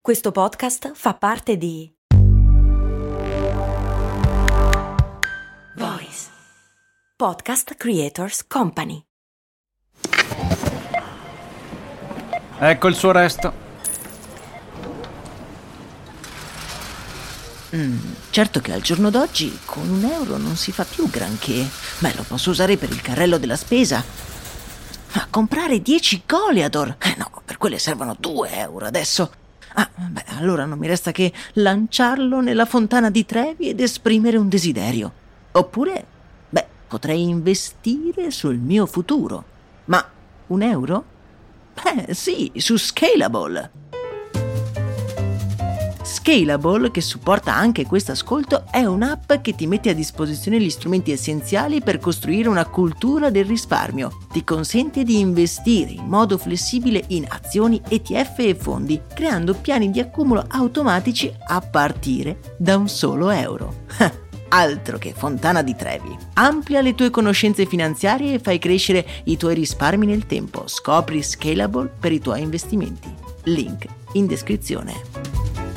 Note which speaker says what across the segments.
Speaker 1: Questo podcast fa parte di Voice Podcast Creators Company.
Speaker 2: Ecco il suo resto.
Speaker 3: Certo che al giorno d'oggi con €1 non si fa più granché. Lo posso usare per il carrello della spesa. Ma comprare 10 Goliador? No, per quelle servono €2 adesso. Allora non mi resta che lanciarlo nella fontana di Trevi ed esprimere un desiderio. Oppure, potrei investire sul mio futuro. Ma €1? Sì, su Scalable. Scalable, che supporta anche questo ascolto, è un'app che ti mette a disposizione gli strumenti essenziali per costruire una cultura del risparmio. Ti consente di investire in modo flessibile in azioni, ETF e fondi, creando piani di accumulo automatici a partire da un solo euro. Altro che fontana di Trevi. Amplia le tue conoscenze finanziarie e fai crescere i tuoi risparmi nel tempo. Scopri Scalable per i tuoi investimenti. Link in descrizione.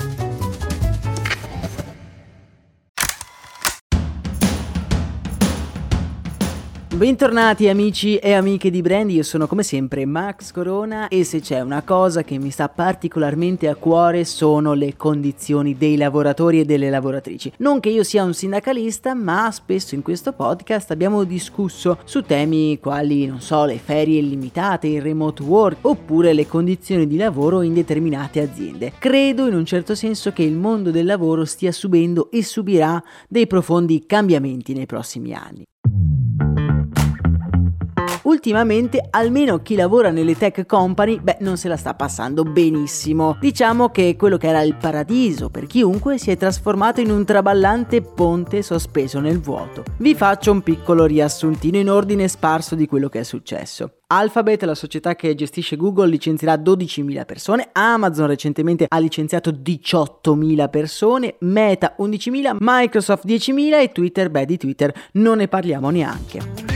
Speaker 3: Bentornati amici e amiche di Brand, io sono come sempre Max Corona e se c'è una cosa che mi sta particolarmente a cuore sono le condizioni dei lavoratori e delle lavoratrici. Non che io sia un sindacalista, ma spesso in questo podcast abbiamo discusso su temi quali, le ferie illimitate, il remote work oppure le condizioni di lavoro in determinate aziende. Credo in un certo senso che il mondo del lavoro stia subendo e subirà dei profondi cambiamenti nei prossimi anni. Ultimamente, almeno chi lavora nelle tech company, non se la sta passando benissimo. Diciamo che quello che era il paradiso per chiunque si è trasformato in un traballante ponte sospeso nel vuoto. Vi faccio un piccolo riassuntino in ordine sparso di quello che è successo. Alphabet, la società che gestisce Google, licenzierà 12.000 persone, Amazon recentemente ha licenziato 18.000 persone, Meta 11.000, Microsoft 10.000 e Twitter, di Twitter non ne parliamo neanche.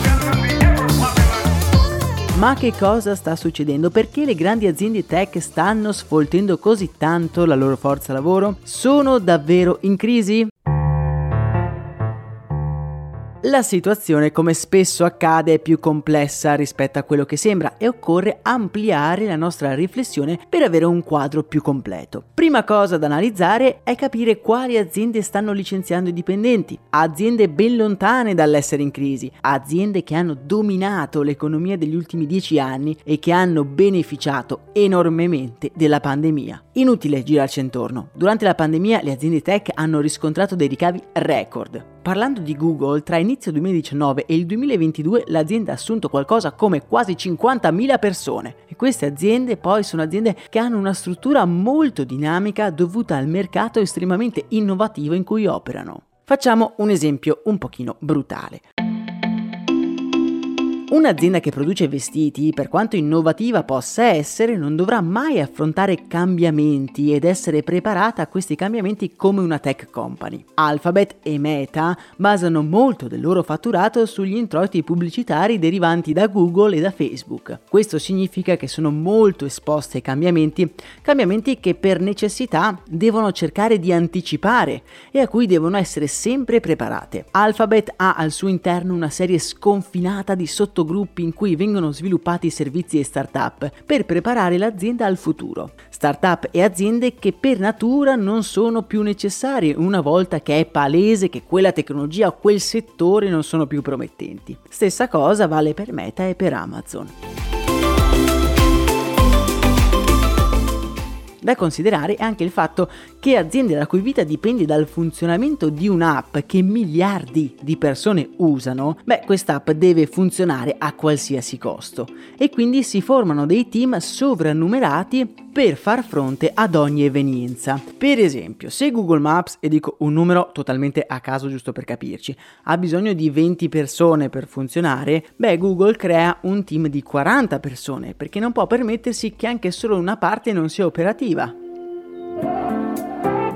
Speaker 3: Ma che cosa sta succedendo? Perché le grandi aziende tech stanno sfoltendo così tanto la loro forza lavoro? Sono davvero in crisi? La situazione, come spesso accade, è più complessa rispetto a quello che sembra e occorre ampliare la nostra riflessione per avere un quadro più completo. Prima cosa da analizzare è capire quali aziende stanno licenziando i dipendenti, aziende ben lontane dall'essere in crisi, aziende che hanno dominato l'economia degli ultimi 10 anni e che hanno beneficiato enormemente della pandemia. Inutile girarci intorno. Durante la pandemia le aziende tech hanno riscontrato dei ricavi record. Parlando di Google, tra inizio 2019 e il 2022 l'azienda ha assunto qualcosa come quasi 50.000 persone e queste aziende poi sono aziende che hanno una struttura molto dinamica dovuta al mercato estremamente innovativo in cui operano. Facciamo un esempio un pochino brutale. Un'azienda che produce vestiti, per quanto innovativa possa essere, non dovrà mai affrontare cambiamenti ed essere preparata a questi cambiamenti come una tech company. Alphabet e Meta basano molto del loro fatturato sugli introiti pubblicitari derivanti da Google e da Facebook. Questo significa che sono molto esposte ai cambiamenti che per necessità devono cercare di anticipare e a cui devono essere sempre preparate. Alphabet ha al suo interno una serie sconfinata di sottogruppi in cui vengono sviluppati servizi e startup per preparare l'azienda al futuro. Startup e aziende che per natura non sono più necessarie una volta che è palese che quella tecnologia o quel settore non sono più promettenti. Stessa cosa vale per Meta e per Amazon. Da considerare è anche il fatto che aziende la cui vita dipende dal funzionamento di un'app che miliardi di persone usano, quest'app deve funzionare a qualsiasi costo e quindi si formano dei team sovrannumerati per far fronte ad ogni evenienza. Per esempio, se Google Maps, e dico un numero totalmente a caso giusto per capirci, ha bisogno di 20 persone per funzionare, Google crea un team di 40 persone perché non può permettersi che anche solo una parte non sia operativa.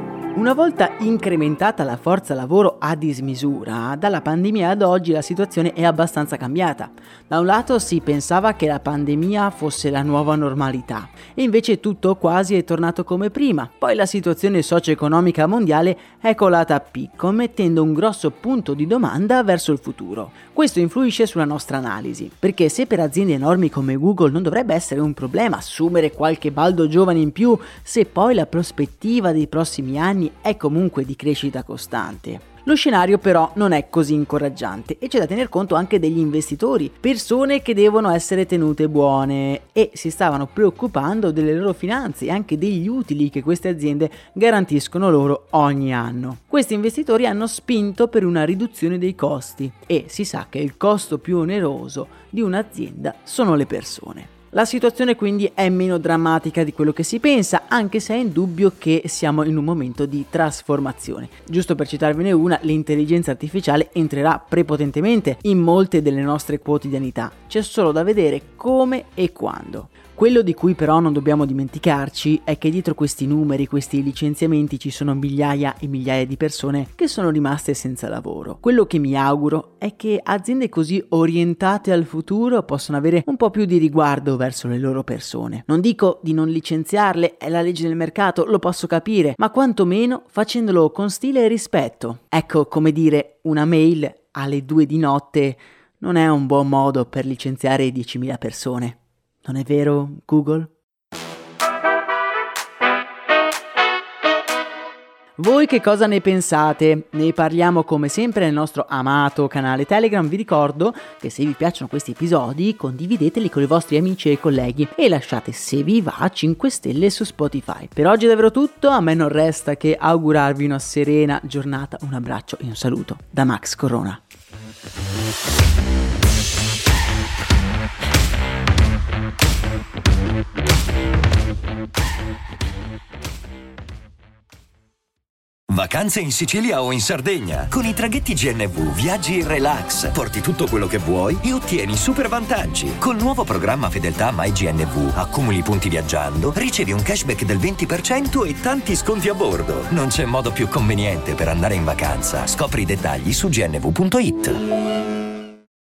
Speaker 3: Una volta incrementata la forza lavoro a dismisura, dalla pandemia ad oggi la situazione è abbastanza cambiata. Da un lato si pensava che la pandemia fosse la nuova normalità e invece tutto quasi è tornato come prima. Poi la situazione socio-economica mondiale è colata a picco, mettendo un grosso punto di domanda verso il futuro. Questo influisce sulla nostra analisi, perché se per aziende enormi come Google non dovrebbe essere un problema assumere qualche baldo giovane in più, se poi la prospettiva dei prossimi anni è comunque di crescita costante. Lo scenario però non è così incoraggiante e c'è da tener conto anche degli investitori, persone che devono essere tenute buone e si stavano preoccupando delle loro finanze e anche degli utili che queste aziende garantiscono loro ogni anno. Questi investitori hanno spinto per una riduzione dei costi e si sa che il costo più oneroso di un'azienda sono le persone. La situazione quindi è meno drammatica di quello che si pensa, anche se è indubbio che siamo in un momento di trasformazione. Giusto per citarvene una, l'intelligenza artificiale entrerà prepotentemente in molte delle nostre quotidianità. C'è solo da vedere come e quando. Quello di cui però non dobbiamo dimenticarci è che dietro questi numeri, questi licenziamenti ci sono migliaia e migliaia di persone che sono rimaste senza lavoro. Quello che mi auguro è che aziende così orientate al futuro possano avere un po' più di riguardo verso le loro persone. Non dico di non licenziarle, è la legge del mercato, lo posso capire, ma quantomeno facendolo con stile e rispetto. Ecco, come dire, una mail alle 2 di notte non è un buon modo per licenziare 10.000 persone. Non è vero, Google? Voi che cosa ne pensate? Ne parliamo come sempre nel nostro amato canale Telegram. Vi ricordo che se vi piacciono questi episodi condivideteli con i vostri amici e colleghi e lasciate, se vi va, 5 stelle su Spotify. Per oggi è davvero tutto, a me non resta che augurarvi una serena giornata, un abbraccio e un saluto da Max Corona.
Speaker 4: Vacanze in Sicilia o in Sardegna. Con i traghetti GNV viaggi in relax, porti tutto quello che vuoi e ottieni super vantaggi. Col nuovo programma Fedeltà MyGNV accumuli punti viaggiando, ricevi un cashback del 20% e tanti sconti a bordo. Non c'è modo più conveniente per andare in vacanza. Scopri i dettagli su gnv.it.